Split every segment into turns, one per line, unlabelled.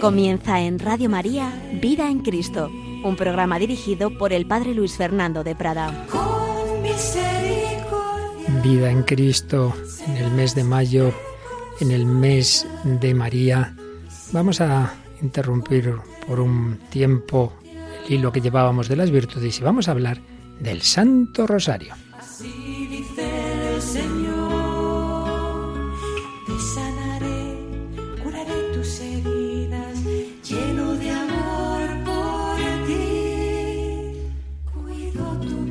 Comienza en Radio María, Vida en Cristo, un programa dirigido por el Padre Luis Fernando de Prada.
Vida en Cristo, en el mes de mayo, en el mes de María. Vamos a interrumpir por un tiempo el hilo que llevábamos de las virtudes y vamos a hablar del Santo Rosario.
Así dice el Señor, te sanaré, curaré tus heridas, lleno de amor por ti, cuido tu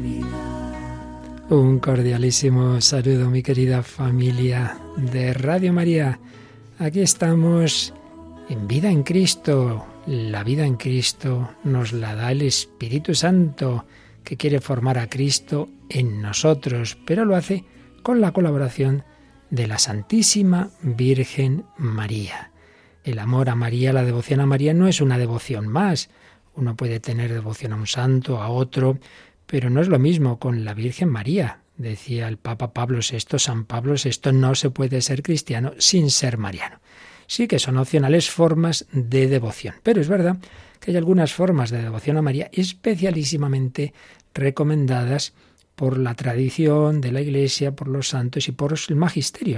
vida.
Un cordialísimo saludo, mi querida familia de Radio María. Aquí estamos en Vida en Cristo. La vida en Cristo nos la da el Espíritu Santo, que quiere formar a Cristo en nosotros, pero lo hace con la colaboración de la Santísima Virgen María. El amor a María, la devoción a María no es una devoción más. Uno puede tener devoción a un santo, a otro, pero no es lo mismo con la Virgen María. Decía el Papa Pablo VI, San Pablo VI, no se puede ser cristiano sin ser mariano. Sí que son opcionales formas de devoción, pero es verdad que hay algunas formas de devoción a María especialísimamente recomendadas por la tradición de la Iglesia, por los santos y por el magisterio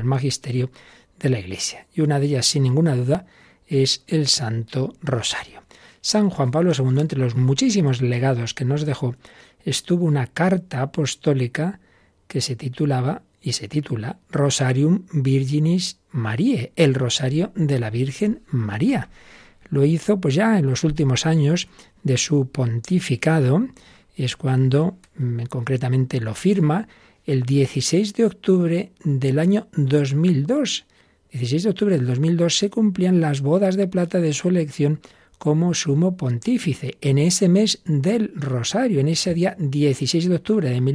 de la Iglesia. Y una de ellas, sin ninguna duda, es el Santo Rosario. San Juan Pablo II, entre los muchísimos legados que nos dejó, estuvo una carta apostólica que se titulaba y se titula Rosarium Virginis Mariae, el Rosario de la Virgen María. Lo hizo pues ya en los últimos años de su pontificado, es cuando concretamente lo firma el 16 de octubre del año 2002. 16 de octubre del 2002 se cumplían las bodas de plata de su elección como sumo pontífice, en ese mes del Rosario, en ese día 16 de octubre de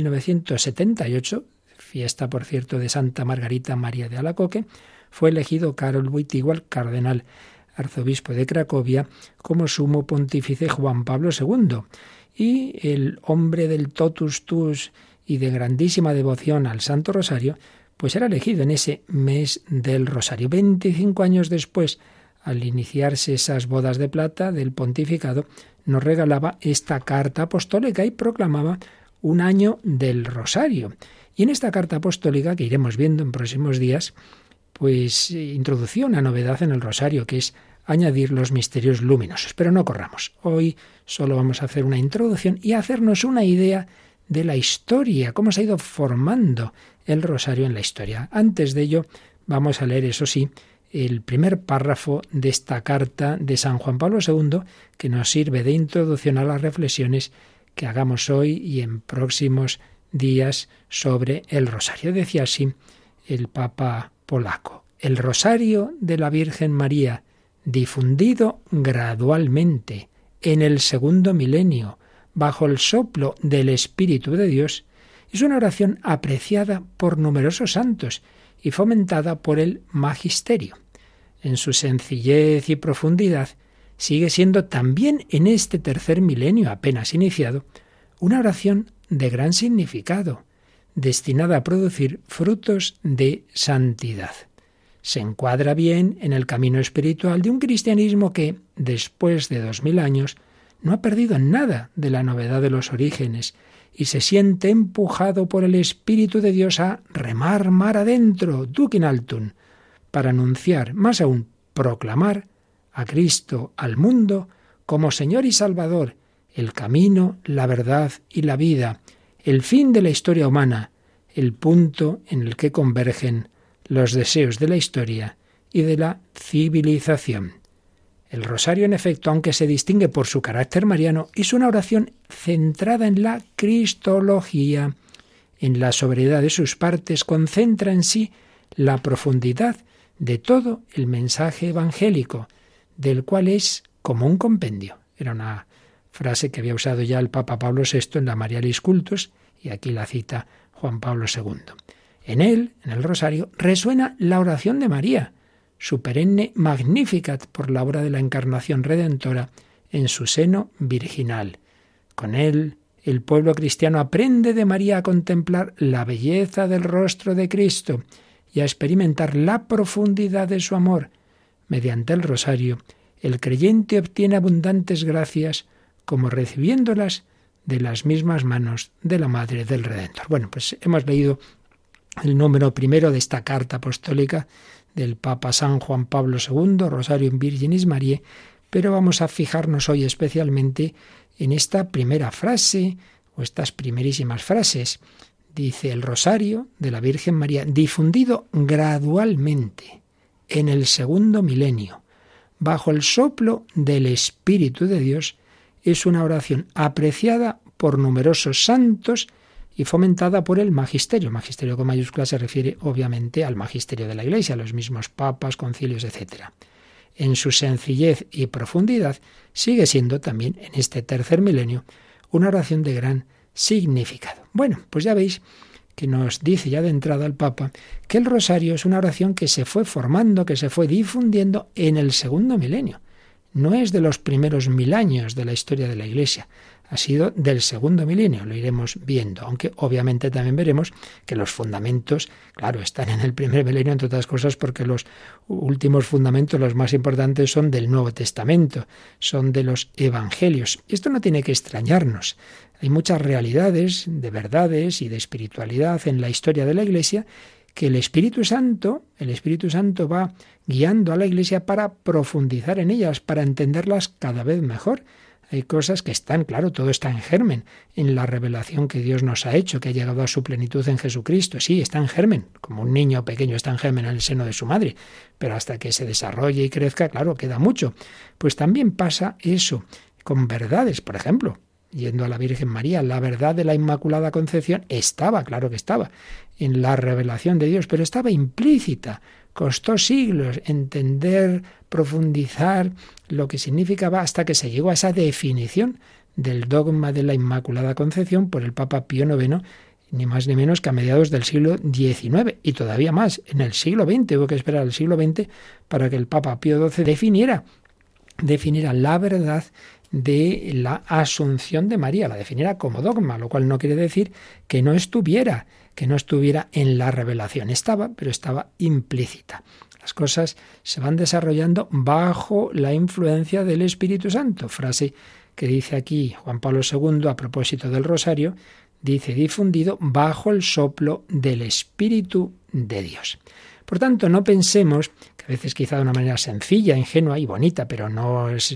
1978, fiesta por cierto de Santa Margarita María de Alacoque, fue elegido Karol Wojtyła, cardenal arzobispo de Cracovia, como sumo pontífice Juan Pablo II. Y el hombre del totus tuus y de grandísima devoción al Santo Rosario, pues era elegido en ese mes del Rosario. 25 años después, al iniciarse esas bodas de plata del pontificado, nos regalaba esta carta apostólica y proclamaba un año del Rosario. Y en esta carta apostólica, que iremos viendo en próximos días, pues introdució una novedad en el Rosario, que es añadir los misterios luminosos. Pero no corramos. Hoy solo vamos a hacer una introducción y hacernos una idea de la historia, cómo se ha ido formando el Rosario en la historia. Antes de ello, vamos a leer, eso sí, el primer párrafo de esta carta de San Juan Pablo II, que nos sirve de introducción a las reflexiones que hagamos hoy y en próximos días sobre el Rosario. Decía así el Papa polaco: el Rosario de la Virgen María, difundido gradualmente en el segundo milenio, bajo el soplo del Espíritu de Dios, es una oración apreciada por numerosos santos y fomentada por el magisterio. En su sencillez y profundidad, sigue siendo también en este tercer milenio apenas iniciado una oración de gran significado, destinada a producir frutos de santidad. Se encuadra bien en el camino espiritual de un cristianismo que, después de 2000 años, no ha perdido nada de la novedad de los orígenes y se siente empujado por el Espíritu de Dios a remar mar adentro, duc in altum, para anunciar, más aún, proclamar a Cristo al mundo como Señor y Salvador, el camino, la verdad y la vida, el fin de la historia humana, el punto en el que convergen los deseos de la historia y de la civilización. El Rosario, en efecto, aunque se distingue por su carácter mariano, es una oración centrada en la cristología. En la sobriedad de sus partes concentra en sí la profundidad de todo el mensaje evangélico, del cual es como un compendio. Era una frase que había usado ya el Papa Pablo VI en la Marialis Cultus, y aquí la cita Juan Pablo II. En él, en el Rosario, resuena la oración de María, su perenne Magnificat por la obra de la encarnación redentora en su seno virginal. Con él, el pueblo cristiano aprende de María a contemplar la belleza del rostro de Cristo y a experimentar la profundidad de su amor. Mediante el Rosario, el creyente obtiene abundantes gracias como recibiéndolas de las mismas manos de la Madre del Redentor. Bueno, pues hemos leído el número primero de esta carta apostólica del Papa San Juan Pablo II, Rosarium Virginis Mariae, pero vamos a fijarnos hoy especialmente en esta primera frase, o estas primerísimas frases. Dice: el rosario de la Virgen María, difundido gradualmente en el segundo milenio, bajo el soplo del Espíritu de Dios, es una oración apreciada por numerosos santos y fomentada por el magisterio. Magisterio con mayúsculas se refiere obviamente al magisterio de la Iglesia, a los mismos papas, concilios, etc. En su sencillez y profundidad sigue siendo también en este tercer milenio una oración de gran significado. Bueno, pues ya veis que nos dice ya de entrada el Papa que el rosario es una oración que se fue formando, que se fue difundiendo en el segundo milenio. No es de los primeros 1000 años de la historia de la Iglesia, ha sido del segundo milenio, lo iremos viendo, aunque obviamente también veremos que los fundamentos, claro, están en el primer milenio, entre otras cosas porque los últimos fundamentos, los más importantes, son del Nuevo Testamento, son de los Evangelios. Esto no tiene que extrañarnos. Hay muchas realidades de verdades y de espiritualidad en la historia de la Iglesia que el Espíritu Santo va guiando a la Iglesia para profundizar en ellas, para entenderlas cada vez mejor. Hay cosas que están, claro, todo está en germen, en la revelación que Dios nos ha hecho, que ha llegado a su plenitud en Jesucristo. Sí, está en germen, como un niño pequeño está en germen en el seno de su madre, pero hasta que se desarrolle y crezca, claro, queda mucho. Pues también pasa eso con verdades, por ejemplo, yendo a la Virgen María, la verdad de la Inmaculada Concepción estaba, claro que estaba, en la revelación de Dios, pero estaba implícita. Costó siglos entender, profundizar lo que significaba hasta que se llegó a esa definición del dogma de la Inmaculada Concepción por el Papa Pío IX, ni más ni menos que a mediados del siglo XIX, y todavía más, en el siglo XX, hubo que esperar al siglo XX para que el Papa Pío XII definiera la verdad de la Asunción de María, la definiera como dogma, lo cual no quiere decir que no estuviera en la revelación. Estaba, pero estaba implícita. Las cosas se van desarrollando bajo la influencia del Espíritu Santo. Frase que dice aquí Juan Pablo II a propósito del rosario, dice: difundido bajo el soplo del Espíritu de Dios. Por tanto, no pensemos que a veces quizá de una manera sencilla, ingenua y bonita, pero no es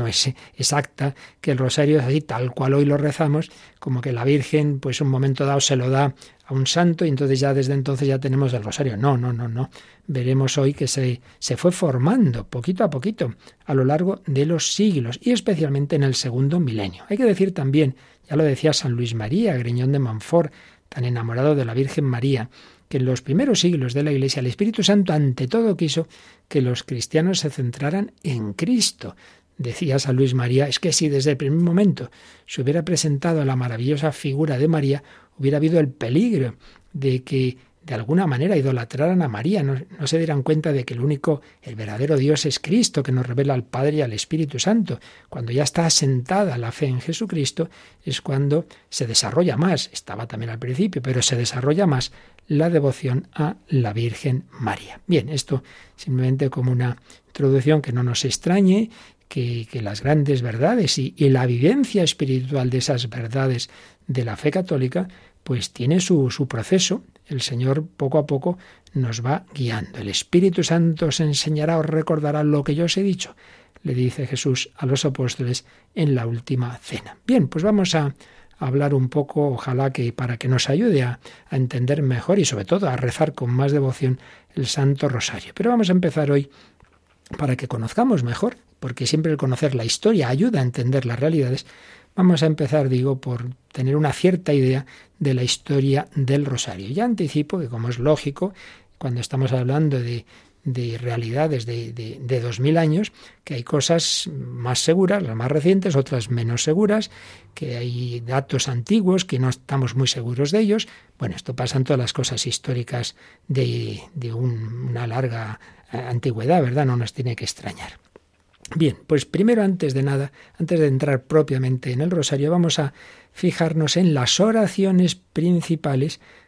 exacta, que el rosario es así tal cual hoy lo rezamos, como que la Virgen pues un momento dado se lo da a un santo y entonces ya desde entonces ya tenemos el rosario. No. Veremos hoy que se fue formando poquito a poquito a lo largo de los siglos y especialmente en el segundo milenio. Hay que decir también, ya lo decía San Luis María, Griñón de Montfort, tan enamorado de la Virgen María, que en los primeros siglos de la Iglesia el Espíritu Santo ante todo quiso que los cristianos se centraran en Cristo. Decía San Luis María, es que si desde el primer momento se hubiera presentado la maravillosa figura de María, hubiera habido el peligro de que de alguna manera idolatraran a María, no se dieran cuenta de que el verdadero Dios es Cristo, que nos revela al Padre y al Espíritu Santo. Cuando ya está asentada la fe en Jesucristo, es cuando se desarrolla más, estaba también al principio, pero se desarrolla más la devoción a la Virgen María. Bien, esto simplemente como una introducción, que no nos extrañe, que las grandes verdades y la vivencia espiritual de esas verdades de la fe católica, pues tiene su proceso. El Señor poco a poco nos va guiando. El Espíritu Santo os enseñará, os recordará lo que yo os he dicho, le dice Jesús a los apóstoles en la última cena. Bien, pues vamos a hablar un poco, ojalá que para que nos ayude a entender mejor y sobre todo a rezar con más devoción el Santo Rosario. Pero vamos a empezar hoy para que conozcamos mejor, porque siempre el conocer la historia ayuda a entender las realidades. Vamos a empezar, por tener una cierta idea de la historia del rosario. Ya anticipo que, como es lógico, cuando estamos hablando de realidades de 2000 años, que hay cosas más seguras, las más recientes, otras menos seguras, que hay datos antiguos que no estamos muy seguros de ellos. Bueno, esto pasa en todas las cosas históricas de una larga antigüedad, ¿verdad? No nos tiene que extrañar. Bien, pues primero, antes de entrar propiamente en el rosario, vamos a fijarnos en las oraciones principales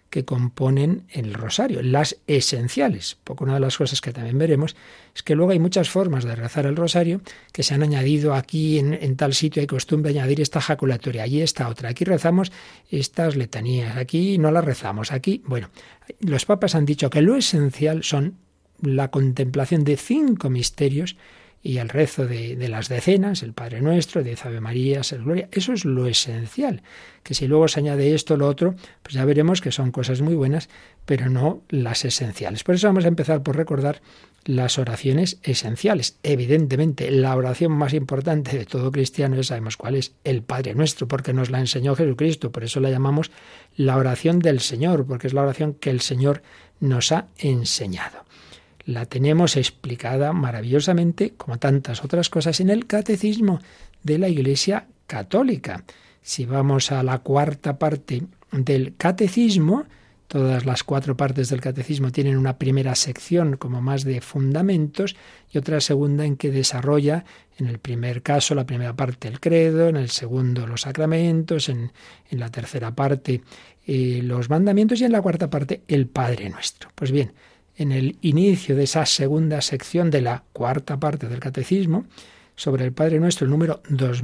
que componen el rosario, las esenciales. Porque una de las cosas que también veremos es que luego hay muchas formas de rezar el rosario que se han añadido aquí en tal sitio, hay costumbre de añadir esta jaculatoria, allí esta otra, aquí rezamos estas letanías, aquí no las rezamos, aquí, bueno, los papas han dicho que lo esencial son la contemplación de 5 misterios y el rezo de las decenas, el Padre Nuestro, 10 Ave Marías, el Gloria, eso es lo esencial. Que si luego se añade esto o lo otro, pues ya veremos que son cosas muy buenas, pero no las esenciales. Por eso vamos a empezar por recordar las oraciones esenciales. Evidentemente, la oración más importante de todo cristiano, ya sabemos cuál es, el Padre Nuestro, porque nos la enseñó Jesucristo. Por eso la llamamos la oración del Señor, porque es la oración que el Señor nos ha enseñado. La tenemos explicada maravillosamente, como tantas otras cosas, en el Catecismo de la Iglesia Católica. Si vamos a la 4ª parte del Catecismo, todas las 4 partes del Catecismo tienen una primera sección como más de fundamentos y otra segunda en que desarrolla, en el primer caso, la primera parte el credo, en el segundo los sacramentos, en la tercera parte los mandamientos y en la 4ª parte el Padre Nuestro. Pues bien, en el inicio de esa segunda sección de la 4ª parte del Catecismo, sobre el Padre Nuestro, el número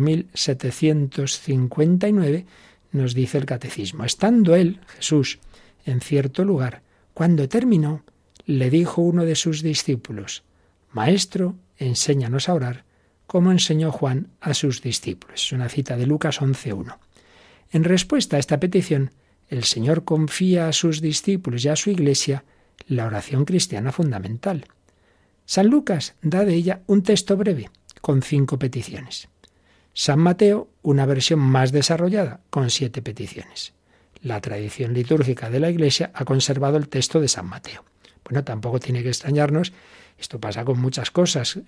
2759, nos dice el Catecismo: estando él, Jesús, en cierto lugar, cuando terminó, le dijo uno de sus discípulos: Maestro, enséñanos a orar, como enseñó Juan a sus discípulos. Es una cita de Lucas 11:1. En respuesta a esta petición, el Señor confía a sus discípulos y a su Iglesia la oración cristiana fundamental. San Lucas da de ella un texto breve, con 5 peticiones. San Mateo, una versión más desarrollada, con 7 peticiones. La tradición litúrgica de la Iglesia ha conservado el texto de San Mateo. Bueno, tampoco tiene que extrañarnos, esto pasa con muchas cosas.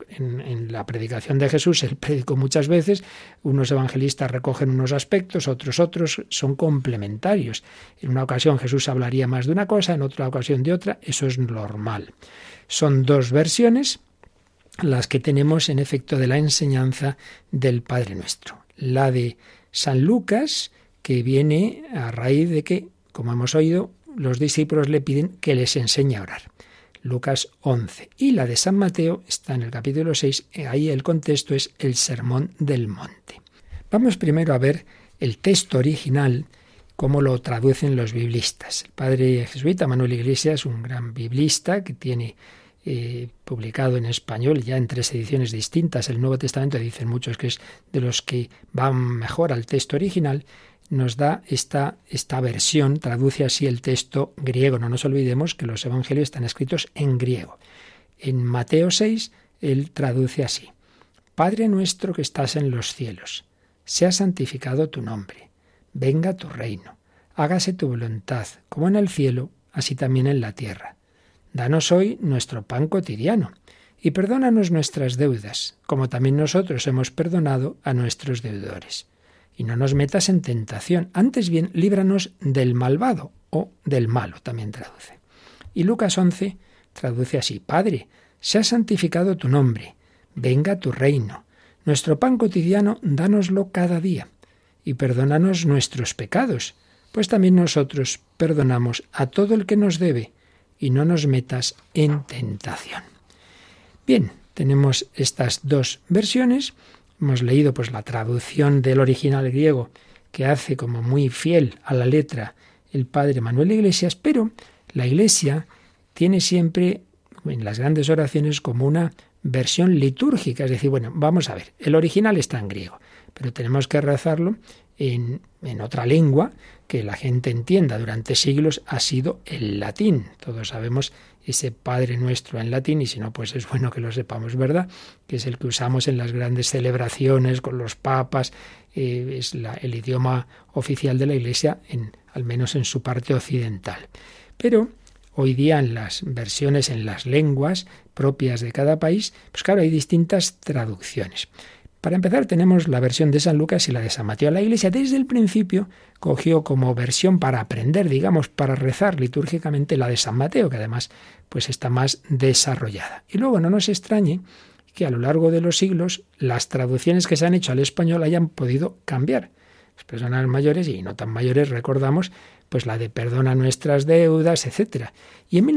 En la predicación de Jesús, él predicó muchas veces, unos evangelistas recogen unos aspectos, otros son complementarios. En una ocasión Jesús hablaría más de una cosa, en otra ocasión de otra, eso es normal. Son 2 versiones las que tenemos en efecto de la enseñanza del Padre Nuestro. La de San Lucas, que viene a raíz de que, como hemos oído, los discípulos le piden que les enseñe a orar. Lucas 11. Y la de San Mateo está en el capítulo 6, ahí el contexto es el Sermón del Monte. Vamos primero a ver el texto original, cómo lo traducen los biblistas. El padre jesuita Manuel Iglesias, un gran biblista que tiene publicado en español ya en 3 ediciones distintas el Nuevo Testamento, dicen muchos que es de los que van mejor al texto original, nos da esta versión, traduce así el texto griego. No nos olvidemos que los evangelios están escritos en griego. En Mateo 6, él traduce así: Padre nuestro que estás en los cielos, sea santificado tu nombre, venga tu reino, hágase tu voluntad, como en el cielo, así también en la tierra. Danos hoy nuestro pan cotidiano, y perdónanos nuestras deudas, como también nosotros hemos perdonado a nuestros deudores. Y no nos metas en tentación, antes bien líbranos del malvado, o del malo también traduce. Y Lucas 11 traduce así: Padre, sea santificado tu nombre, venga tu reino, nuestro pan cotidiano dánoslo cada día, y perdónanos nuestros pecados, pues también nosotros perdonamos a todo el que nos debe, y no nos metas en tentación. Bien, tenemos estas 2 versiones. Hemos leído pues la traducción del original griego que hace como muy fiel a la letra el padre Manuel Iglesias, pero la Iglesia tiene siempre en las grandes oraciones como una versión litúrgica, es decir, bueno, vamos a ver, el original está en griego, pero tenemos que rezarlo en otra lengua que la gente entienda. Durante siglos ha sido el latín. Todos sabemos ese Padre Nuestro en latín, y si no, pues es bueno que lo sepamos, ¿verdad? Que es el que usamos en las grandes celebraciones con los papas, es el idioma oficial de la Iglesia, al menos en su parte occidental. Pero hoy día en las versiones, en las lenguas propias de cada país, pues claro, hay distintas traducciones. Para empezar tenemos la versión de San Lucas y la de San Mateo. La Iglesia desde el principio cogió como versión para aprender, digamos, para rezar litúrgicamente la de San Mateo, que además pues está más desarrollada. Y luego no nos extrañe que a lo largo de los siglos las traducciones que se han hecho al español hayan podido cambiar. Las personas mayores y no tan mayores recordamos pues la de perdona nuestras deudas, etc. Y en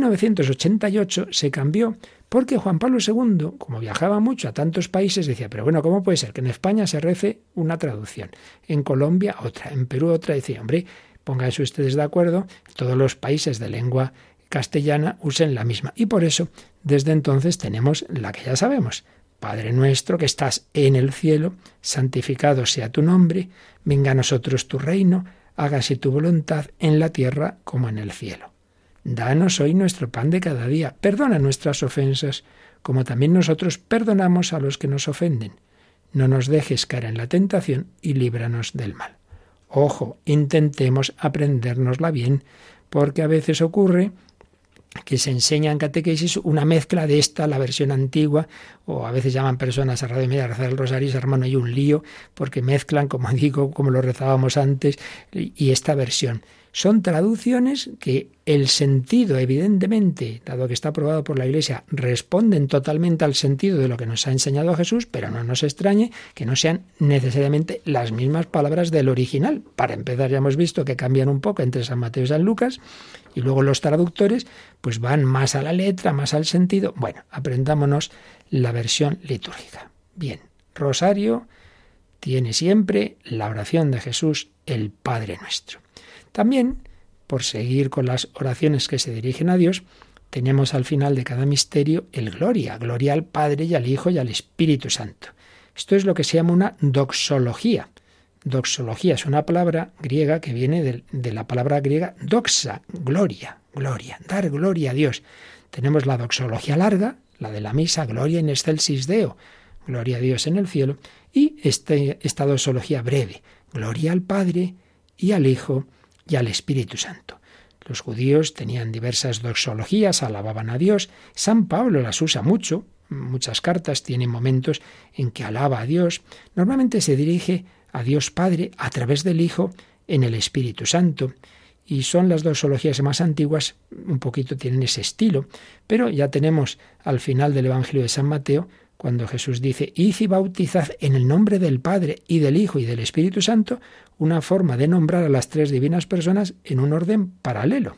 1988 se cambió porque Juan Pablo II, como viajaba mucho a tantos países, decía, pero bueno, ¿cómo puede ser que en España se rece una traducción, en Colombia otra, en Perú otra? Decía, hombre, pónganse ustedes de acuerdo, todos los países de lengua castellana usen la misma. Y por eso, desde entonces tenemos la que ya sabemos. Padre nuestro que estás en el cielo, santificado sea tu nombre, venga a nosotros tu reino, hágase tu voluntad en la tierra como en el cielo. Danos hoy nuestro pan de cada día, perdona nuestras ofensas, como también nosotros perdonamos a los que nos ofenden. No nos dejes caer en la tentación y líbranos del mal. Ojo, intentemos aprendérnosla bien, porque a veces ocurre que se enseña en catequesis una mezcla de esta, la versión antigua, o a veces llaman personas a Radio María a rezar el rosario, y hermano, hay un lío, porque mezclan, como digo, como lo rezábamos antes, y esta versión. Son traducciones que el sentido, evidentemente, dado que está aprobado por la Iglesia, responden totalmente al sentido de lo que nos ha enseñado Jesús, pero no nos extrañe que no sean necesariamente las mismas palabras del original. Para empezar, ya hemos visto que cambian un poco entre San Mateo y San Lucas, y luego los traductores pues van más a la letra, más al sentido. Bueno, aprendámonos la versión litúrgica. Bien, rosario tiene siempre la oración de Jesús, el Padre Nuestro. También, por seguir con las oraciones que se dirigen a Dios, tenemos al final de cada misterio el Gloria, Gloria al Padre y al Hijo y al Espíritu Santo. Esto es lo que se llama una doxología. Doxología es una palabra griega que viene de la palabra griega doxa, gloria, gloria, dar gloria a Dios. Tenemos la doxología larga, la de la misa, Gloria in excelsis Deo, gloria a Dios en el cielo, y esta doxología breve, Gloria al Padre y al Hijo y al Espíritu Santo. Los judíos tenían diversas doxologías, alababan a Dios. San Pablo las usa mucho, muchas cartas tienen momentos en que alaba a Dios. Normalmente se dirige a Dios Padre a través del Hijo en el Espíritu Santo. Y son las doxologías más antiguas, un poquito tienen ese estilo, pero ya tenemos al final del Evangelio de San Mateo, cuando Jesús dice, id y bautizad en el nombre del Padre y del Hijo y del Espíritu Santo, una forma de nombrar a las tres divinas personas en un orden paralelo.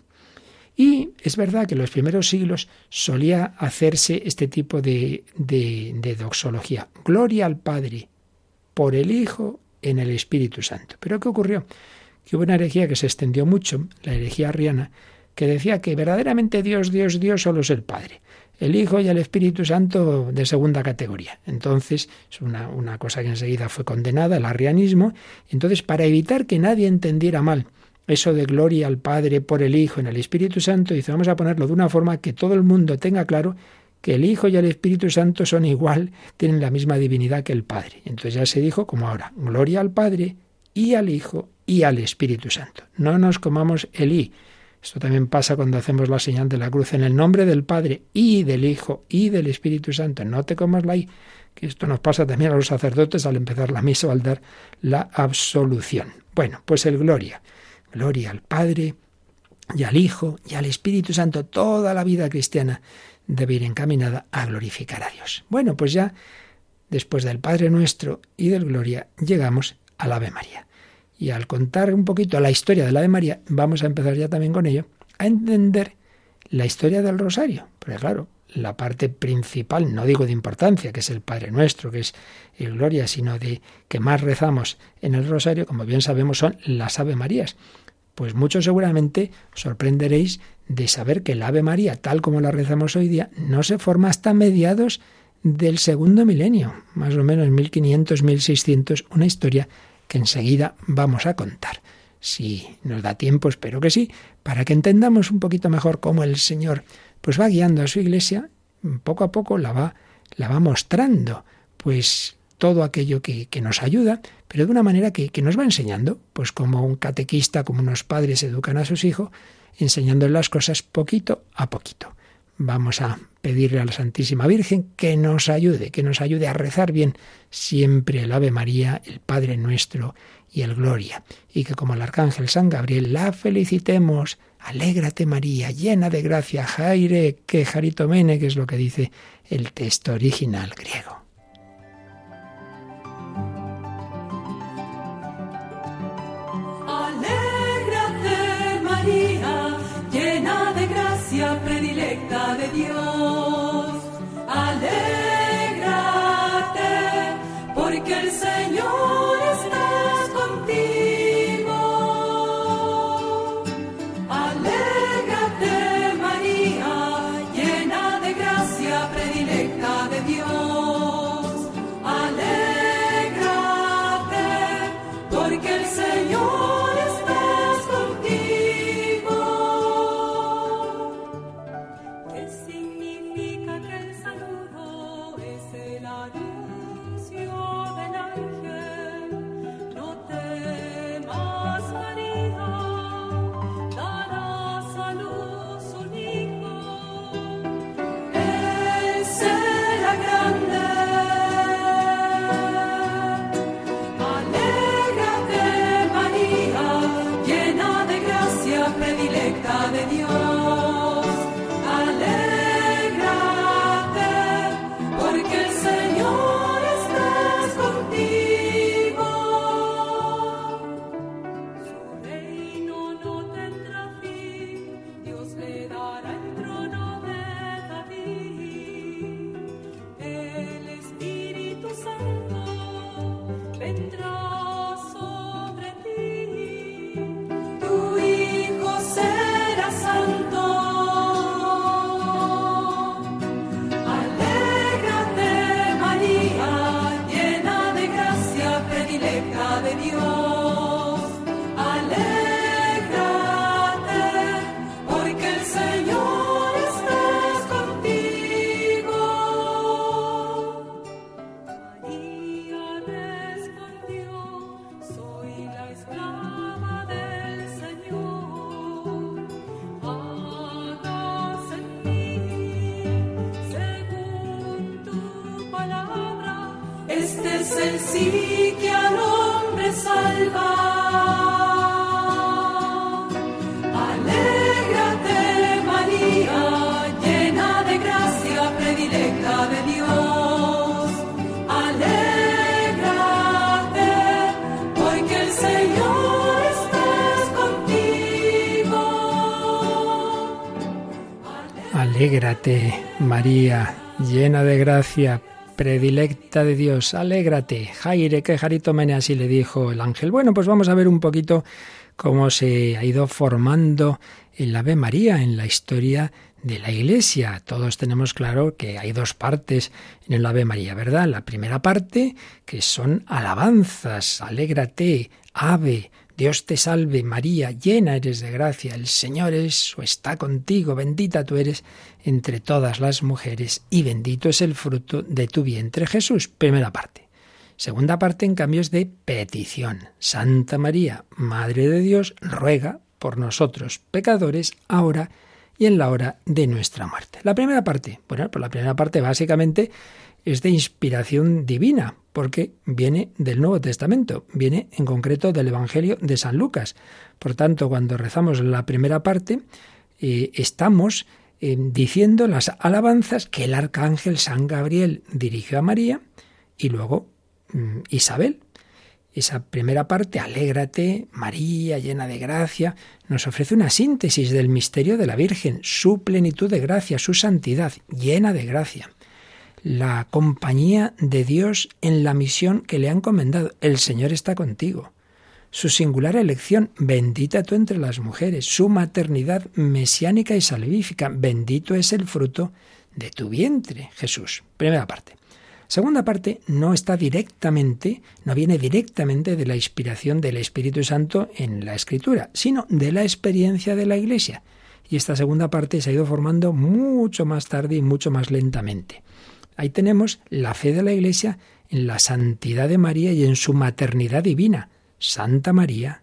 Y es verdad que en los primeros siglos solía hacerse este tipo de doxología. Gloria al Padre, por el Hijo, en el Espíritu Santo. ¿Pero qué ocurrió? Que hubo una herejía que se extendió mucho, la herejía arriana, que decía que verdaderamente Dios solo es el Padre. El Hijo y el Espíritu Santo de segunda categoría. Entonces, es una cosa que enseguida fue condenada, el arrianismo. Entonces, para evitar que nadie entendiera mal eso de gloria al Padre por el Hijo en el Espíritu Santo, dice, vamos a ponerlo de una forma que todo el mundo tenga claro que el Hijo y el Espíritu Santo son igual, tienen la misma divinidad que el Padre. Entonces ya se dijo, como ahora, gloria al Padre y al Hijo y al Espíritu Santo. No nos comamos el I. Esto también pasa cuando hacemos la señal de la cruz en el nombre del Padre y del Hijo y del Espíritu Santo. No te comas la I, que esto nos pasa también a los sacerdotes al empezar la misa o al dar la absolución. Bueno, pues el gloria. Gloria al Padre y al Hijo y al Espíritu Santo. Toda la vida cristiana debe ir encaminada a glorificar a Dios. Bueno, pues ya después del Padre Nuestro y del Gloria llegamos al Ave María. Y al contar un poquito la historia del Ave María, vamos a empezar ya también con ello, a entender la historia del Rosario. Porque claro, la parte principal, no digo de importancia, que es el Padre Nuestro, que es el Gloria, sino de que más rezamos en el Rosario, como bien sabemos, son las Ave Marías. Pues mucho seguramente os sorprenderéis de saber que el Ave María, tal como la rezamos hoy día, no se forma hasta mediados del segundo milenio, más o menos 1500, 1600, una historia que enseguida vamos a contar. Si nos da tiempo, espero que sí, para que entendamos un poquito mejor cómo el Señor pues va guiando a su Iglesia, poco a poco la va mostrando, pues todo aquello que nos ayuda, pero de una manera que nos va enseñando, pues como un catequista, como unos padres educan a sus hijos, enseñándoles las cosas poquito a poquito. Vamos a pedirle a la Santísima Virgen que nos ayude a rezar bien siempre el Ave María, el Padre Nuestro y el Gloria. Y que como el Arcángel San Gabriel la felicitemos. Alégrate María, llena de gracia, Jaire, que Jaritomene, que es lo que dice el texto original griego.
Alégrate, de Dios. Alégrate, porque el Señor está contigo. Alégrate, María, llena de gracia, predilecta de Dios. Alégrate, porque el Señor está contigo. ¿Qué significa que el saludo es el anuncio del ángel? No temas, María, darás a luz un hijo. Él será grande. Alégrate, María, llena de gracia, predilecta de Dios. Alégrate, porque el Señor está contigo. Su reino no tendrá fin, Dios le dará el trono de David. El Espíritu Santo vendrá sobre ti. Tu Hijo será santo. Alégrate, María, llena de gracia, predilecta de Dios. Alégrate, porque el Señor está contigo. María respondió: soy la esclava del Señor. Hágase en mí según tu palabra. Este es el sí que al hombre salva. Alégrate, María, llena de gracia, predilecta de Dios. Alégrate, porque el Señor está contigo.
Alégrate, María, llena de gracia, predilecta de Dios. Alégrate, Jaire, que Jarito Mene, así le dijo el ángel. Bueno, pues vamos a ver un poquito cómo se ha ido formando el Ave María en la historia de la Iglesia. Todos tenemos claro que hay dos partes en el Ave María, ¿verdad? La primera parte, que son alabanzas. Alégrate, Ave, Dios te salve, María, llena eres de gracia, el Señor es o está contigo, bendita tú eres entre todas las mujeres y bendito es el fruto de tu vientre, Jesús. Primera parte. Segunda parte, en cambio, es de petición. Santa María, Madre de Dios, ruega por nosotros pecadores, ahora y en la hora de nuestra muerte. La primera parte, bueno, pues la primera parte básicamente es de inspiración divina, porque viene del Nuevo Testamento, viene en concreto del Evangelio de San Lucas. Por tanto, cuando rezamos la primera parte, estamos diciendo las alabanzas que el arcángel San Gabriel dirigió a María y luego Isabel. Esa primera parte, alégrate, María, llena de gracia, nos ofrece una síntesis del misterio de la Virgen, su plenitud de gracia, su santidad, llena de gracia. La compañía de Dios en la misión que le ha encomendado. El Señor está contigo. Su singular elección, bendita tú entre las mujeres. Su maternidad mesiánica y salvífica, bendito es el fruto de tu vientre, Jesús. Primera parte. Segunda parte, no viene directamente de la inspiración del Espíritu Santo en la Escritura, sino de la experiencia de la Iglesia. Y esta segunda parte se ha ido formando mucho más tarde y mucho más lentamente. Ahí tenemos la fe de la Iglesia en la santidad de María y en su maternidad divina. Santa María,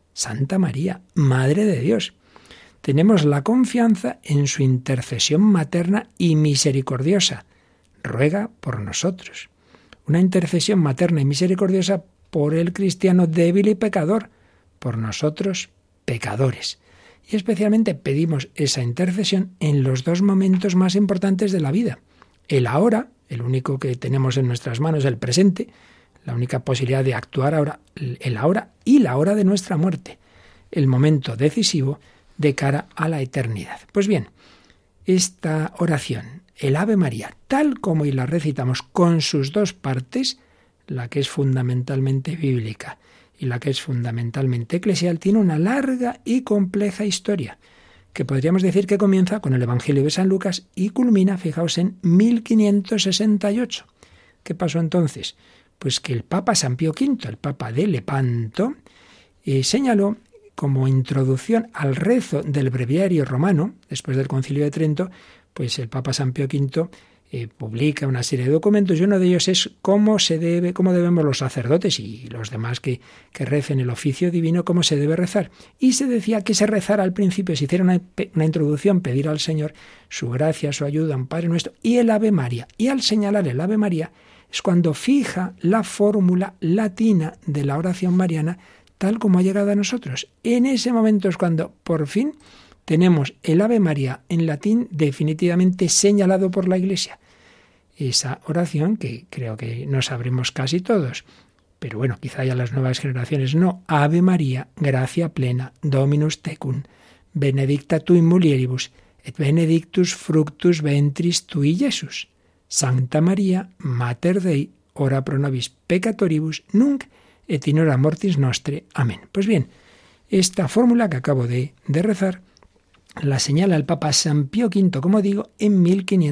Madre de Dios. Tenemos la confianza en su intercesión materna y misericordiosa. Ruega por nosotros. Una intercesión materna y misericordiosa por el cristiano débil y pecador, por nosotros pecadores. Y especialmente pedimos esa intercesión en los dos momentos más importantes de la vida. El ahora, el único que tenemos en nuestras manos, el presente, la única posibilidad de actuar ahora, el ahora y la hora de nuestra muerte, el momento decisivo de cara a la eternidad. Pues bien, esta oración, el Ave María, tal como y la recitamos con sus dos partes, la que es fundamentalmente bíblica y la que es fundamentalmente eclesial, tiene una larga y compleja historia, que podríamos decir que comienza con el Evangelio de San Lucas y culmina, fijaos, en 1568. ¿Qué pasó entonces? Pues que el Papa San Pío V, el Papa de Lepanto, señaló como introducción al rezo del breviario romano, después del Concilio de Trento, pues el Papa San Pío V publica una serie de documentos y uno de ellos es cómo debemos los sacerdotes y los demás que recen el oficio divino, cómo se debe rezar. Y se decía que se rezara al principio, se hiciera una introducción, pedir al Señor su gracia, su ayuda, un Padre Nuestro y el Ave María. Y al señalar el Ave María es cuando fija la fórmula latina de la oración mariana tal como ha llegado a nosotros. En ese momento es cuando por fin tenemos el Ave María en latín definitivamente señalado por la Iglesia. Esa oración que creo que no sabremos casi todos, pero bueno, quizá ya las nuevas generaciones no. Ave María, gracia plena, Dominus tecum, benedicta tu in mulieribus, et benedictus fructus ventris tui, Iesus. Sancta Maria, Mater Dei, ora pro nobis peccatoribus, nunc et in hora mortis nostre. Amén. Pues bien, esta fórmula que acabo de rezar la señala el Papa San Pío V, como digo, en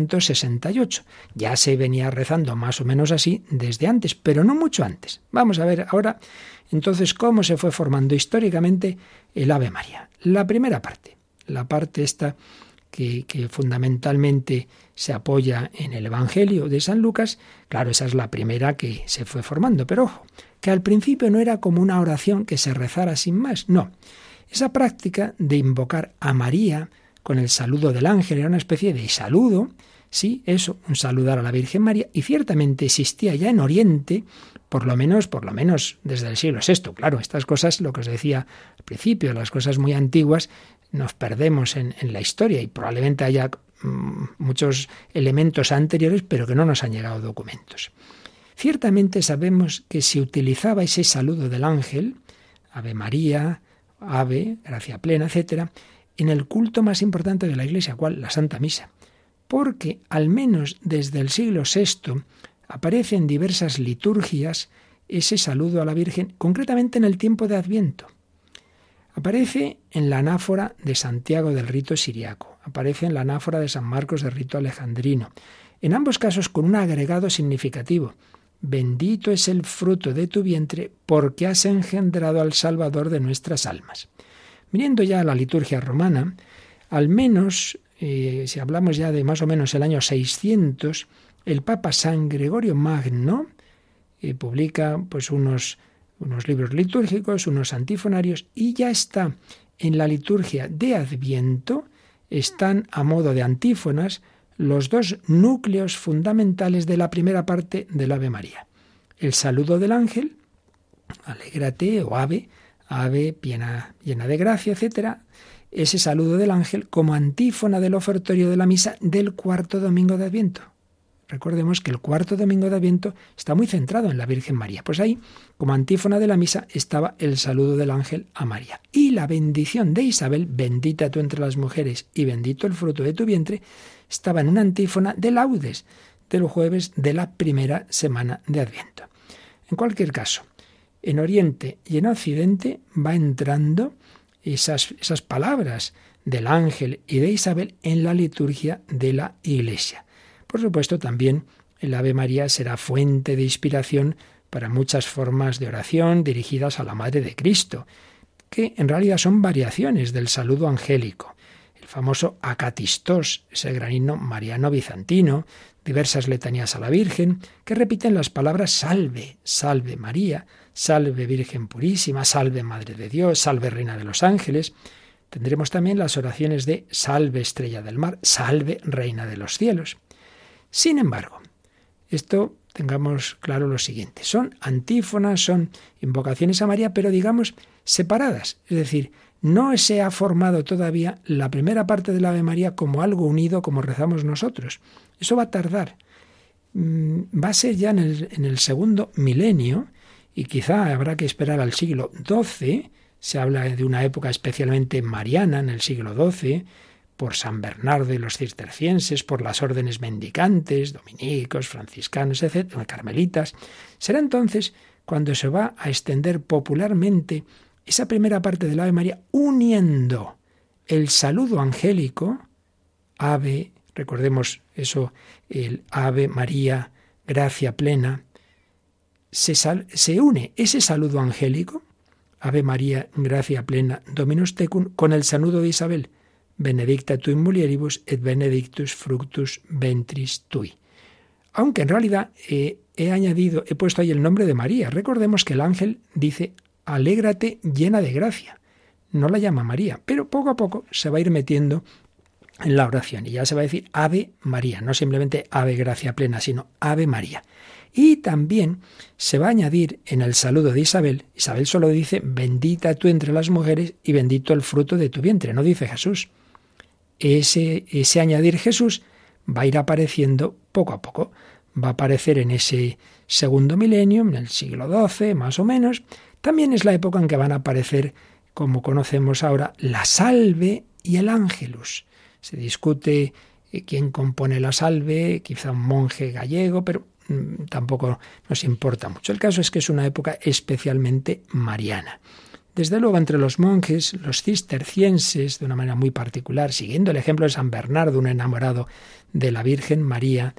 1568. Ya se venía rezando más o menos así desde antes, pero no mucho antes. Vamos a ver ahora entonces cómo se fue formando históricamente el Ave María. La primera parte, la parte esta que fundamentalmente se apoya en el Evangelio de San Lucas, claro, esa es la primera que se fue formando, pero ojo, que al principio no era como una oración que se rezara sin más, no. Esa práctica de invocar a María con el saludo del ángel era una especie de saludo, sí, eso, un saludar a la Virgen María, y ciertamente existía ya en Oriente, por lo menos desde el siglo VI. Claro, estas cosas, lo que os decía al principio, las cosas muy antiguas, nos perdemos en la historia y probablemente haya muchos elementos anteriores, pero que no nos han llegado documentos. Ciertamente sabemos que se utilizaba ese saludo del ángel, Ave María, Ave, gracia plena, etc., en el culto más importante de la Iglesia, ¿cuál? La Santa Misa. Porque, al menos desde el siglo VI, aparece en diversas liturgias ese saludo a la Virgen, concretamente en el tiempo de Adviento. Aparece en la anáfora de Santiago del rito siriaco, aparece en la anáfora de San Marcos del rito alejandrino, en ambos casos con un agregado significativo. Bendito es el fruto de tu vientre, porque has engendrado al Salvador de nuestras almas. Viniendo ya a la liturgia romana, al menos, si hablamos ya de más o menos el año 600, el Papa San Gregorio Magno publica pues unos libros litúrgicos, unos antifonarios, y ya está en la liturgia de Adviento, están a modo de antífonas los dos núcleos fundamentales de la primera parte del Ave María. El saludo del ángel, alégrate, o ave llena de gracia, etc. Ese saludo del ángel como antífona del ofertorio de la misa del cuarto domingo de Adviento. Recordemos que el cuarto domingo de Adviento está muy centrado en la Virgen María. Pues ahí, como antífona de la misa, estaba el saludo del ángel a María. Y la bendición de Isabel, bendita tú entre las mujeres y bendito el fruto de tu vientre, estaba en una antífona de laudes del jueves de la primera semana de Adviento. En cualquier caso, en Oriente y en Occidente va entrando esas palabras del ángel y de Isabel en la liturgia de la Iglesia. Por supuesto, también el Ave María será fuente de inspiración para muchas formas de oración dirigidas a la Madre de Cristo, que en realidad son variaciones del saludo angélico. El famoso Acatistos, ese gran himno mariano bizantino, diversas letanías a la Virgen, que repiten las palabras salve, salve María, salve Virgen purísima, salve Madre de Dios, salve Reina de los ángeles. Tendremos también las oraciones de salve Estrella del mar, salve Reina de los cielos. Sin embargo, esto tengamos claro lo siguiente, son antífonas, son invocaciones a María, pero digamos separadas, es decir, no se ha formado todavía la primera parte del Ave María como algo unido como rezamos nosotros. Eso va a tardar. Va a ser ya en el segundo milenio y quizá habrá que esperar al siglo XII. Se habla de una época especialmente mariana en el siglo XII, por San Bernardo y los cistercienses, por las órdenes mendicantes, dominicos, franciscanos, etc., carmelitas. Será entonces cuando se va a extender popularmente esa primera parte del Ave María, uniendo el saludo angélico, Ave, recordemos eso, el Ave María, gracia plena, se une ese saludo angélico, Ave María, gracia plena, Dominus tecum, con el saludo de Isabel, benedicta tu in mulieribus et benedictus fructus ventris tui. Aunque en realidad he puesto ahí el nombre de María. Recordemos que el ángel dice, alégrate llena de gracia. No la llama María, pero poco a poco se va a ir metiendo en la oración y ya se va a decir Ave María, no simplemente Ave gracia plena, sino Ave María. Y también se va a añadir en el saludo de Isabel, Isabel solo dice, bendita tú entre las mujeres y bendito el fruto de tu vientre, no dice Jesús. Ese añadir Jesús va a ir apareciendo poco a poco, va a aparecer en ese segundo milenio, en el siglo XII más o menos. También es la época en que van a aparecer, como conocemos ahora, la salve y el ángelus. Se discute quién compone la salve, quizá un monje gallego, pero tampoco nos importa mucho. El caso es que es una época especialmente mariana. Desde luego, entre los monjes, los cistercienses, de una manera muy particular, siguiendo el ejemplo de San Bernardo, un enamorado de la Virgen María,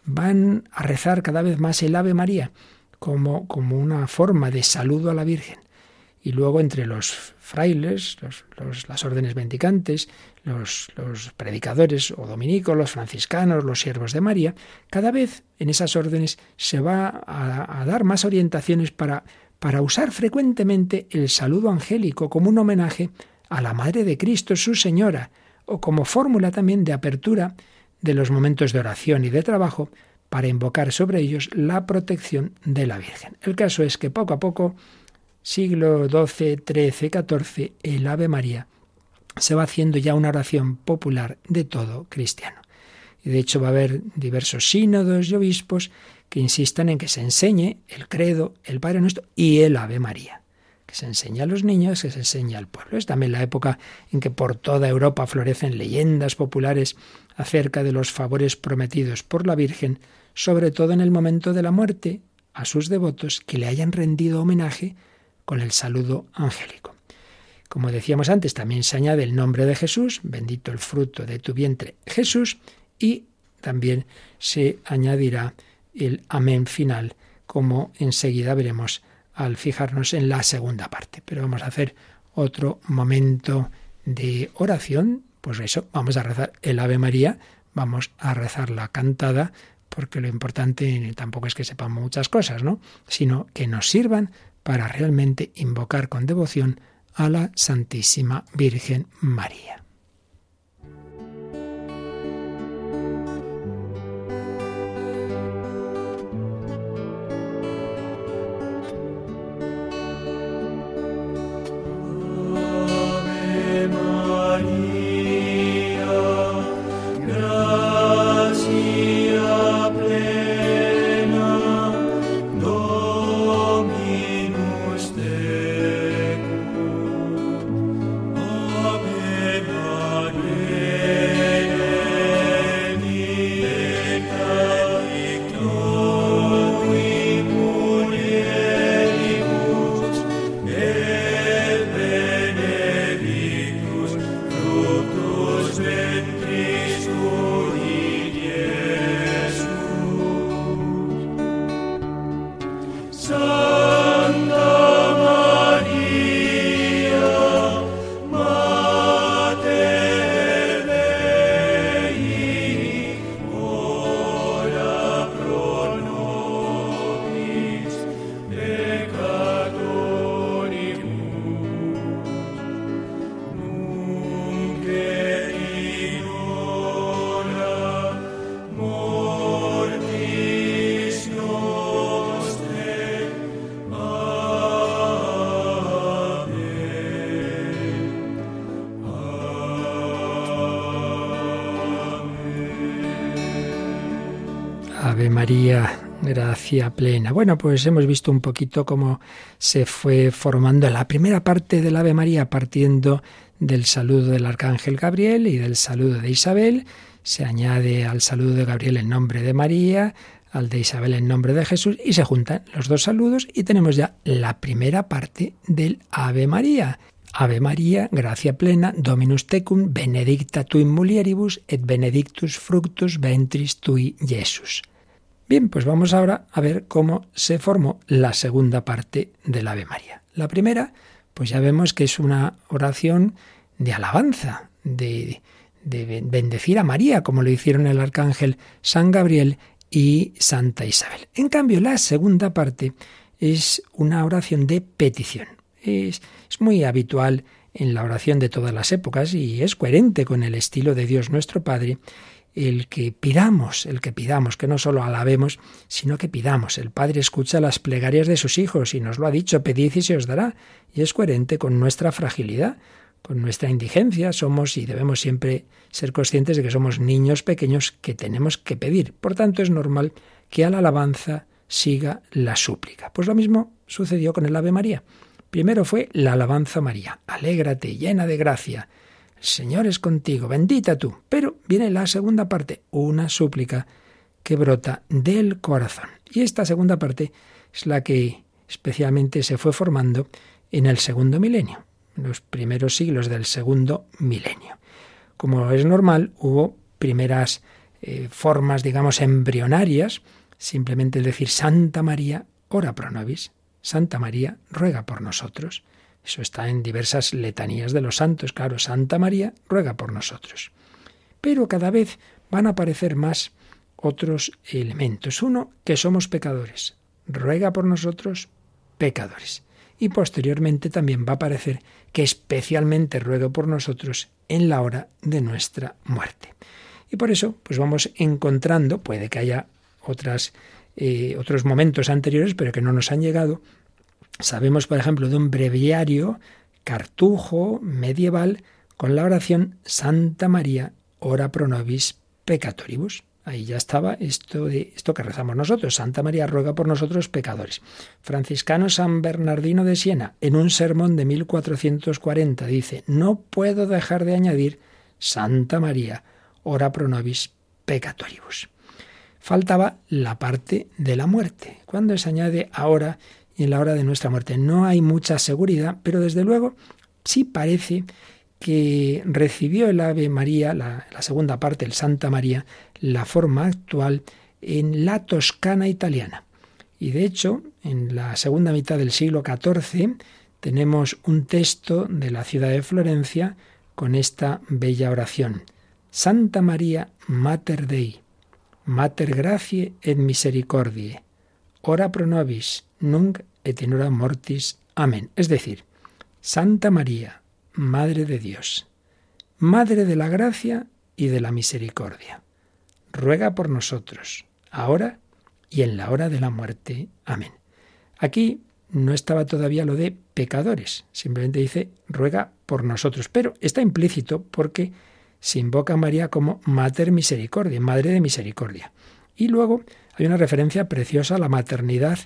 van a rezar cada vez más el Ave María como una forma de saludo a la Virgen. Y luego entre los frailes, las órdenes mendicantes, los predicadores o dominicos, los franciscanos, los siervos de María, cada vez en esas órdenes se va a dar más orientaciones para usar frecuentemente el saludo angélico como un homenaje a la Madre de Cristo, su Señora, o como fórmula también de apertura de los momentos de oración y de trabajo para invocar sobre ellos la protección de la Virgen. El caso es que poco a poco, siglo XII, XIII, XIV, el Ave María se va haciendo ya una oración popular de todo cristiano. Y de hecho va a haber diversos sínodos y obispos que insistan en que se enseñe el credo, el Padre Nuestro y el Ave María. Que se enseñe a los niños, que se enseñe al pueblo. Es también la época en que por toda Europa florecen leyendas populares acerca de los favores prometidos por la Virgen, sobre todo en el momento de la muerte, a sus devotos que le hayan rendido homenaje con el saludo angélico. Como decíamos antes, también se añade el nombre de Jesús, bendito el fruto de tu vientre, Jesús, y también se añadirá el amén final, como enseguida veremos al fijarnos en la segunda parte. Pero vamos a hacer otro momento de oración, pues eso, vamos a rezar el Ave María, vamos a rezar la cantada, porque lo importante tampoco es que sepamos muchas cosas, ¿no?, sino que nos sirvan para realmente invocar con devoción a la Santísima Virgen María. Ave María, gracia plena. Bueno, pues hemos visto un poquito cómo se fue formando la primera parte del Ave María partiendo del saludo del arcángel Gabriel y del saludo de Isabel. Se añade al saludo de Gabriel el nombre de María, al de Isabel el nombre de Jesús, y se juntan los dos saludos y tenemos ya la primera parte del Ave María. Ave María, gracia plena, Dominus tecum, benedicta tu in mulieribus, et benedictus fructus ventris tui, Jesús. Bien, pues vamos ahora a ver cómo se formó la segunda parte del Ave María. La primera, pues ya vemos que es una oración de alabanza, de bendecir a María, como lo hicieron el arcángel San Gabriel y Santa Isabel. En cambio, la segunda parte es una oración de petición. Es muy habitual en la oración de todas las épocas y es coherente con el estilo de Dios nuestro Padre el que pidamos, que no solo alabemos, sino que pidamos. El Padre escucha las plegarias de sus hijos y nos lo ha dicho, pedid y se os dará. Y es coherente con nuestra fragilidad, con nuestra indigencia. Somos y debemos siempre ser conscientes de que somos niños pequeños que tenemos que pedir. Por tanto, es normal que a la alabanza siga la súplica. Pues lo mismo sucedió con el Ave María. Primero fue la alabanza a María. Alégrate, llena de gracia. El Señor es contigo, bendita tú. Pero viene la segunda parte, una súplica que brota del corazón. Y esta segunda parte es la que especialmente se fue formando en el segundo milenio, en los primeros siglos del segundo milenio. Como es normal, hubo primeras formas, digamos, embrionarias, simplemente el decir Santa María, ora pro nobis. Santa María, ruega por nosotros. Eso está en diversas letanías de los santos. Claro, Santa María, ruega por nosotros. Pero cada vez van a aparecer más otros elementos. Uno, que somos pecadores. Ruega por nosotros, pecadores. Y posteriormente también va a aparecer que especialmente ruega por nosotros en la hora de nuestra muerte. Y por eso, pues vamos encontrando, puede que haya otros momentos anteriores, pero que no nos han llegado. Sabemos, por ejemplo, de un breviario cartujo medieval con la oración Santa María, ora pro nobis peccatoribus. Ahí ya estaba esto que rezamos nosotros. Santa María ruega por nosotros pecadores. Franciscano San Bernardino de Siena, en un sermón de 1440, dice: no puedo dejar de añadir Santa María, ora pro nobis peccatoribus. Faltaba la parte de la muerte. ¿Cuándo se añade ahora y en la hora de nuestra muerte? No hay mucha seguridad, pero desde luego sí parece que recibió el Ave María, la segunda parte, el Santa María, la forma actual en la Toscana italiana. Y de hecho, en la segunda mitad del siglo XIV tenemos un texto de la ciudad de Florencia con esta bella oración. Santa María Mater Dei, Mater Gratiae et Misericordiae, ora pro nobis, nunc et in hora mortis. Amén. Es decir, Santa María, Madre de Dios, Madre de la gracia y de la misericordia, ruega por nosotros, ahora y en la hora de la muerte. Amén. Aquí no estaba todavía lo de pecadores, simplemente dice ruega por nosotros, pero está implícito porque se invoca a María como Mater Misericordia, Madre de Misericordia. Y luego hay una referencia preciosa a la maternidad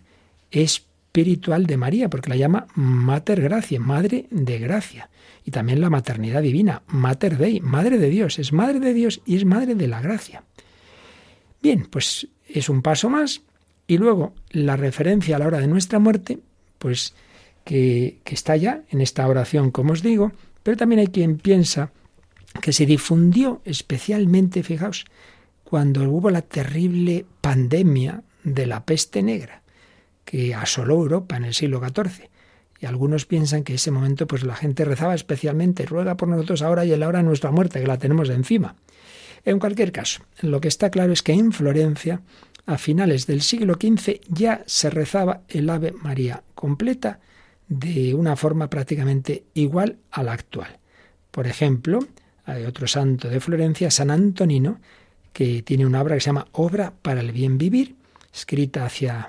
espiritual de María, porque la llama Mater Graciae, Madre de Gracia. Y también la maternidad divina, Mater Dei, Madre de Dios. Es Madre de Dios y es Madre de la Gracia. Bien, pues es un paso más. Y luego la referencia a la hora de nuestra muerte, pues que está ya en esta oración, como os digo, pero también hay quien piensa que se difundió especialmente, fijaos, cuando hubo la terrible pandemia de la peste negra que asoló Europa en el siglo XIV. Y algunos piensan que ese momento pues la gente rezaba especialmente, ruega por nosotros ahora y en la hora de nuestra muerte, que la tenemos de encima. En cualquier caso, lo que está claro es que en Florencia, a finales del siglo XV, ya se rezaba el Ave María completa de una forma prácticamente igual a la actual. Por ejemplo, hay otro santo de Florencia, San Antonino, que tiene una obra que se llama Obra para el bien vivir, escrita hacia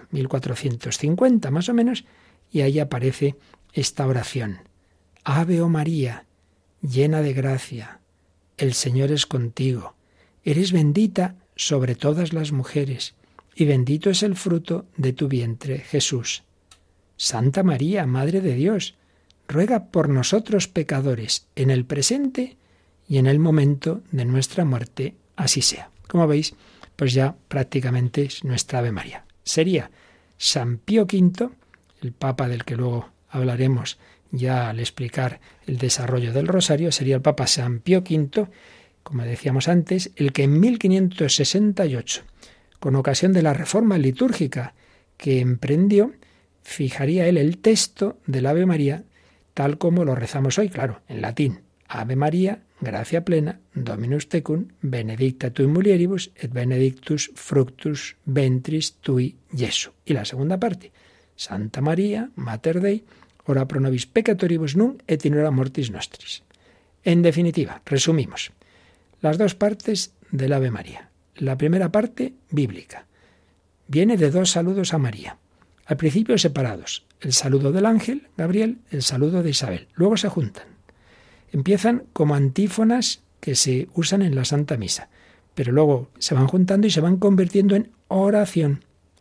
1450 más o menos, y ahí aparece esta oración. Ave o María, llena de gracia, el Señor es contigo, eres bendita sobre todas las mujeres, y bendito es el fruto de tu vientre, Jesús. Santa María, Madre de Dios, ruega por nosotros pecadores, en el presente y en el momento de nuestra muerte, así sea. Como veis, pues ya prácticamente es nuestra Ave María. Sería San Pío V, el Papa del que luego hablaremos ya al explicar el desarrollo del rosario, sería el Papa San Pío V, como decíamos antes, el que en 1568, con ocasión de la reforma litúrgica que emprendió, fijaría él el texto del Ave María tal como lo rezamos hoy, claro, en latín. Ave María, gracia plena, Dominus tecum, benedicta tui mulieribus, et benedictus fructus ventris tui, Jesu. Y la segunda parte, Santa María, Mater Dei, ora pro nobis peccatoribus nunc et in hora mortis nostris. En definitiva, resumimos, las dos partes del Ave María. La primera parte, bíblica, viene de dos saludos a María. Al principio separados, el saludo del ángel Gabriel, el saludo de Isabel. Luego se juntan. Empiezan como antífonas que se usan en la Santa Misa, pero luego se van juntando y se van convirtiendo en oración,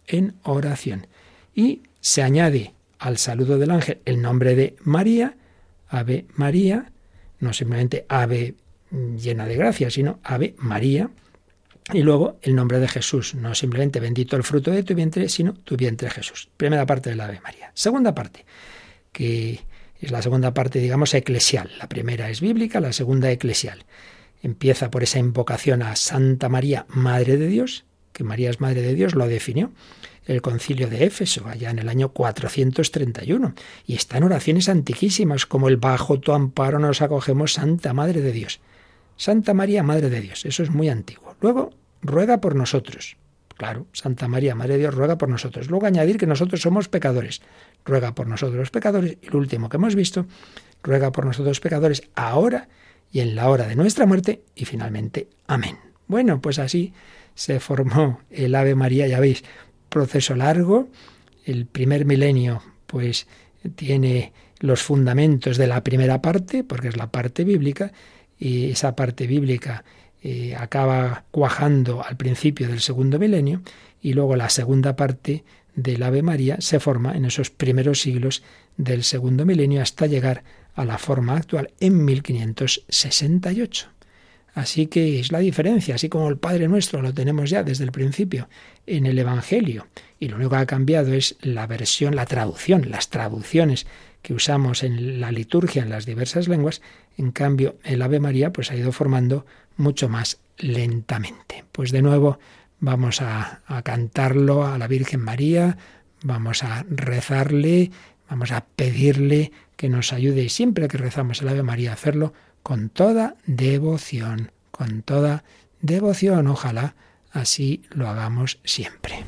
Y se añade al saludo del ángel el nombre de María, Ave María, no simplemente Ave llena de gracia, sino Ave María, y luego el nombre de Jesús, no simplemente bendito el fruto de tu vientre, sino tu vientre Jesús. Primera parte del Ave María. Segunda parte, que es la segunda parte, digamos, eclesial. La primera es bíblica, la segunda eclesial. Empieza por esa invocación a Santa María, Madre de Dios, que María es Madre de Dios, lo definió el Concilio de Éfeso, allá en el año 431. Y está en oraciones antiquísimas, como el bajo tu amparo nos acogemos, Santa Madre de Dios. Santa María, Madre de Dios, eso es muy antiguo. Luego, ruega por nosotros. Claro, Santa María, Madre de Dios, ruega por nosotros. Luego añadir que nosotros somos pecadores. Ruega por nosotros los pecadores. Y lo último que hemos visto, ruega por nosotros los pecadores ahora y en la hora de nuestra muerte. Y finalmente, amén. Bueno, pues así se formó el Ave María, ya veis, proceso largo. El primer milenio, pues, tiene los fundamentos de la primera parte, porque es la parte bíblica, y esa parte bíblica acaba cuajando al principio del segundo milenio, y luego la segunda parte del Ave María se forma en esos primeros siglos del segundo milenio hasta llegar a la forma actual en 1568. Así que es la diferencia, así como el Padre Nuestro lo tenemos ya desde el principio en el Evangelio, y lo único que ha cambiado es la versión, la traducción, las traducciones que usamos en la liturgia en las diversas lenguas. En cambio, el Ave María pues ha ido formando mucho más lentamente. Pues de nuevo vamos a cantarlo a la Virgen María, vamos a rezarle, vamos a pedirle que nos ayude, y siempre que rezamos el Ave María, hacerlo con toda devoción, ojalá así lo hagamos siempre.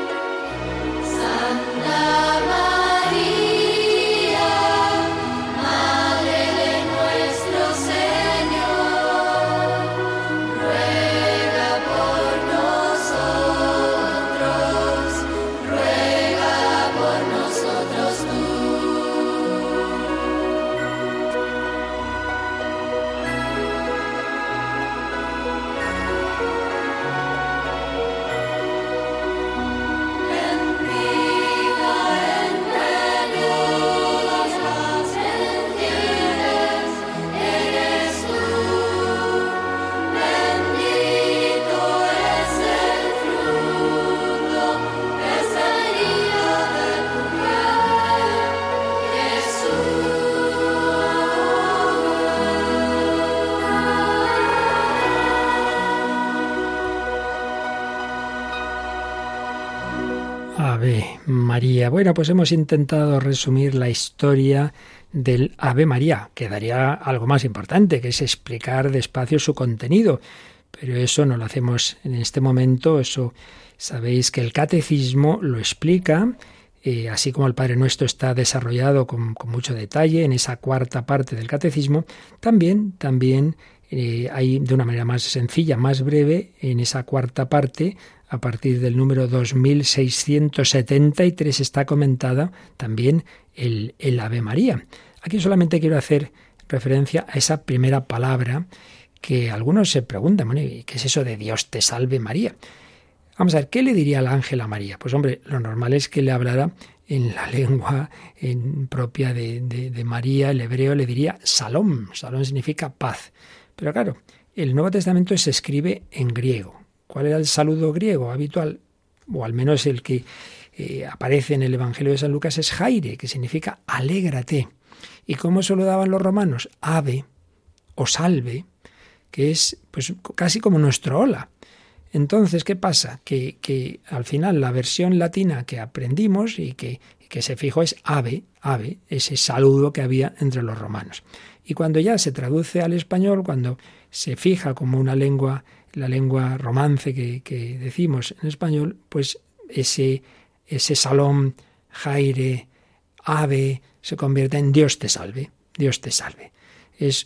Santa María,
María. Bueno, pues hemos intentado resumir la historia del Ave María. Quedaría algo más importante, que es explicar despacio su contenido. Pero eso no lo hacemos en este momento. Eso sabéis que el catecismo lo explica, así como el Padre Nuestro está desarrollado con mucho detalle en esa cuarta parte del catecismo. También hay de una manera más sencilla, más breve, en esa cuarta parte, a partir del número 2673, está comentada también el Ave María. Aquí solamente quiero hacer referencia a esa primera palabra que algunos se preguntan, bueno, ¿qué es eso de Dios te salve María? Vamos a ver, ¿qué le diría el ángel a María? Pues hombre, lo normal es que le hablara en la lengua propia de María, el hebreo le diría Salom. Salom significa paz. Pero claro, el Nuevo Testamento se escribe en griego. ¿Cuál era el saludo griego habitual? O al menos el que aparece en el Evangelio de San Lucas es Jaire, que significa alégrate. ¿Y cómo saludaban los romanos? Ave o salve, que es pues casi como nuestro hola. Entonces, ¿qué pasa? Que al final la versión latina que aprendimos y que se fijó es ave, ese saludo que había entre los romanos. Y cuando ya se traduce al español, cuando se fija como una lengua, la lengua romance que decimos en español, pues ese salom, jaire, ave, se convierte en Dios te salve, Dios te salve. Es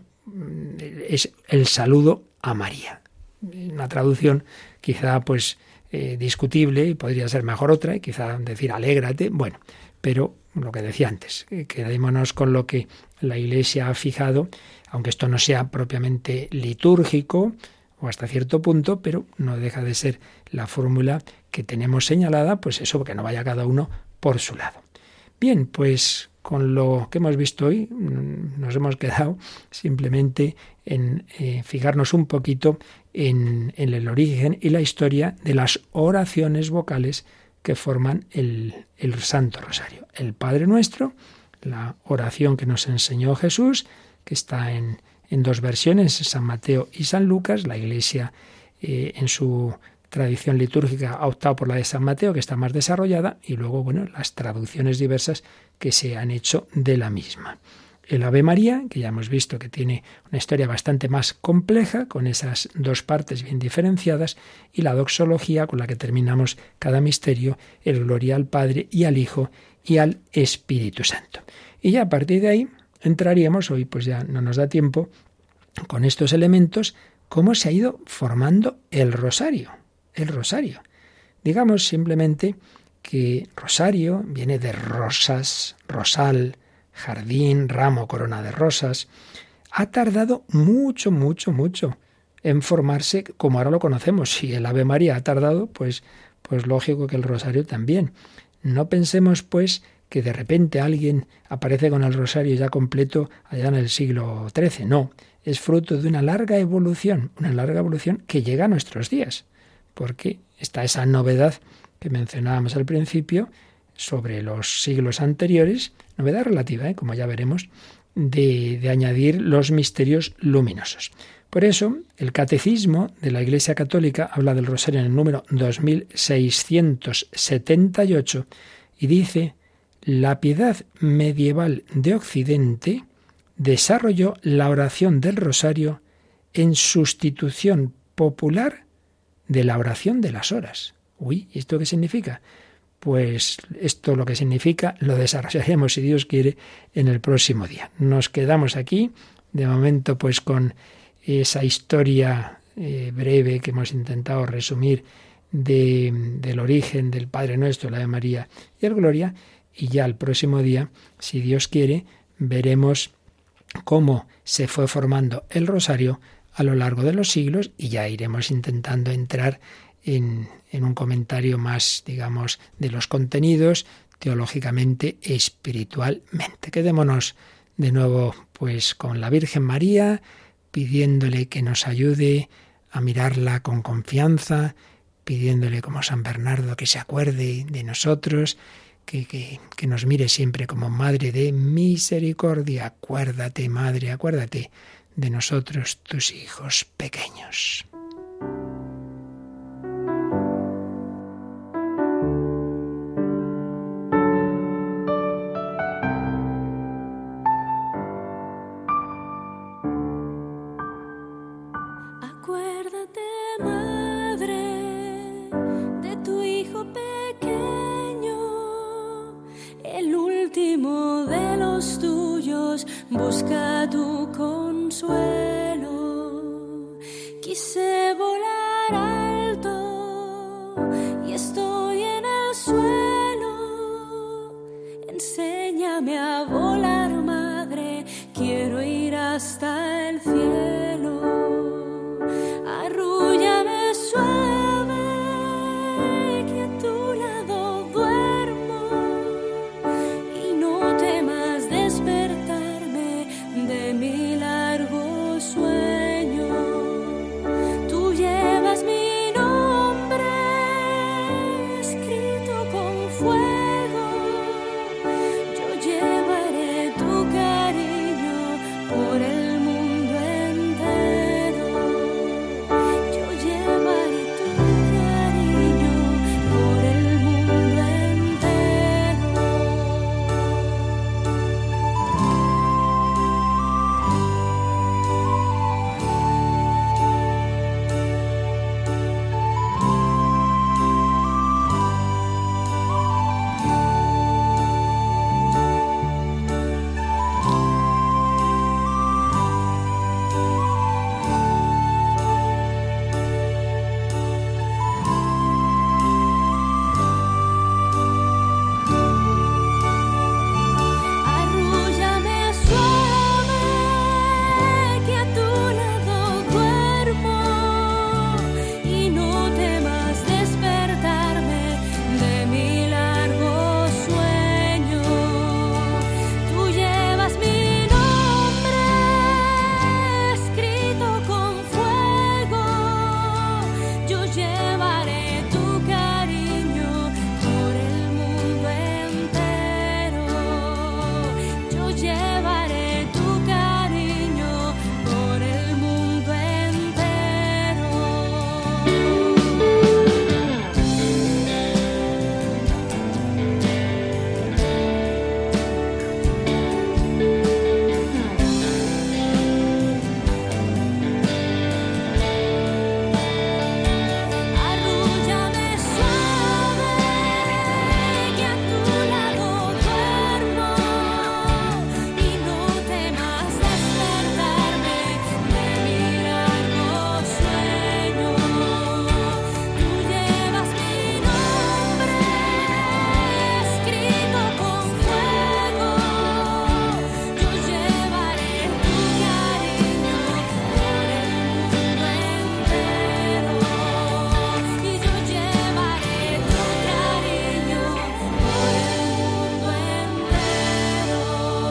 el saludo a María. Una traducción quizá pues discutible, y podría ser mejor otra, y quizá decir alégrate, bueno, pero lo que decía antes, quedémonos con lo que la Iglesia ha fijado, aunque esto no sea propiamente litúrgico o hasta cierto punto, pero no deja de ser la fórmula que tenemos señalada, pues eso, que no vaya cada uno por su lado. Bien, pues con lo que hemos visto hoy nos hemos quedado simplemente en fijarnos un poquito en el origen y la historia de las oraciones vocales que forman el Santo Rosario. El Padre Nuestro, la oración que nos enseñó Jesús, que está en dos versiones, San Mateo y San Lucas. La Iglesia en su tradición litúrgica ha optado por la de San Mateo, que está más desarrollada, y luego, las traducciones diversas que se han hecho de la misma. El Ave María, que ya hemos visto que tiene una historia bastante más compleja, con esas dos partes bien diferenciadas, y la doxología, con la que terminamos cada misterio, el Gloria al Padre y al Hijo y al Espíritu Santo. Y ya a partir de ahí entraríamos, hoy pues ya no nos da tiempo, con estos elementos, cómo se ha ido formando el rosario. El rosario. Digamos simplemente que rosario viene de rosas, rosal, jardín, ramo, corona de rosas. Ha tardado mucho en formarse como ahora lo conocemos. Si el Ave María ha tardado, pues lógico que el rosario también. No pensemos pues que de repente alguien aparece con el rosario ya completo allá en el siglo XIII. No, es fruto de una larga evolución que llega a nuestros días. Porque está esa novedad que mencionábamos al principio sobre los siglos anteriores, novedad relativa, como ya veremos, de añadir los misterios luminosos. Por eso, el Catecismo de la Iglesia Católica habla del rosario en el número 2678 y dice: la piedad medieval de Occidente desarrolló la oración del rosario en sustitución popular de la oración de las horas. Uy, ¿y esto qué significa? Pues esto lo que significa lo desarrollaremos, si Dios quiere, en el próximo día. Nos quedamos aquí, de momento, pues con esa historia breve que hemos intentado resumir del origen del Padre Nuestro, la Ave María y el Gloria, y ya el próximo día, si Dios quiere, veremos cómo se fue formando el rosario a lo largo de los siglos, y ya iremos intentando entrar en un comentario más, digamos, de los contenidos teológicamente, espiritualmente. Quedémonos de nuevo pues con la Virgen María, pidiéndole que nos ayude a mirarla con confianza, pidiéndole como San Bernardo que se acuerde de nosotros, que nos mire siempre como Madre de misericordia. Acuérdate, Madre, acuérdate de nosotros, tus hijos pequeños.
lejos busca tu consuelo. Quise volar alto y estoy en el suelo. Enséñame a volar, madre, quiero ir hasta el cielo. Arrúllame suave, que a tu lado duermo, y no temas despertarme de mi largo sueño. Tú llevas mi nombre escrito con fuego, yo llevaré tu cariño por el mundo entero. Yo llevaré tu cariño por el mundo entero. Arrúllame suave, que a tu lado duermo, y no temas despertarme de mi largo sueño. Tú llevas mi nombre escrito con fuego, yo llevaré tu cariño por el mundo entero. Yo llevaré tu cariño por el mundo entero. Arrúllame suave, que a tu lado duermo, y no temas despertarme de mi largo sueño. Tú llevas mi nombre escrito con fuego, yo llevaré tu cariño por el mundo entero. Y yo llevaré tu cariño por el mundo entero.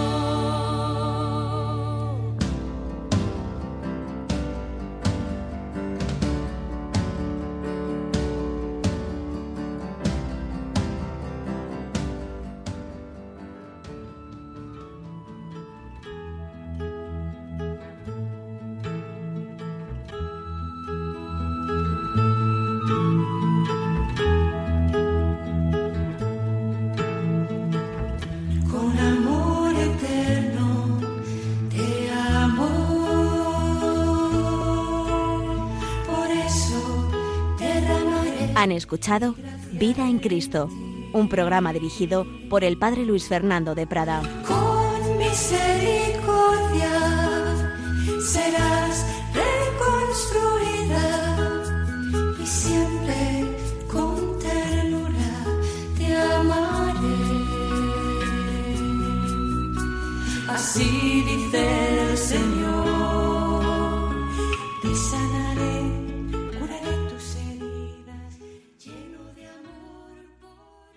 Con amor eterno te amo, por eso derramaré.
Han escuchado Vida en Cristo, un programa dirigido por el Padre Luis Fernando de Prada.
Con misericordia serás reconstruida, y siempre con ternura te amaré. Así dice el Señor.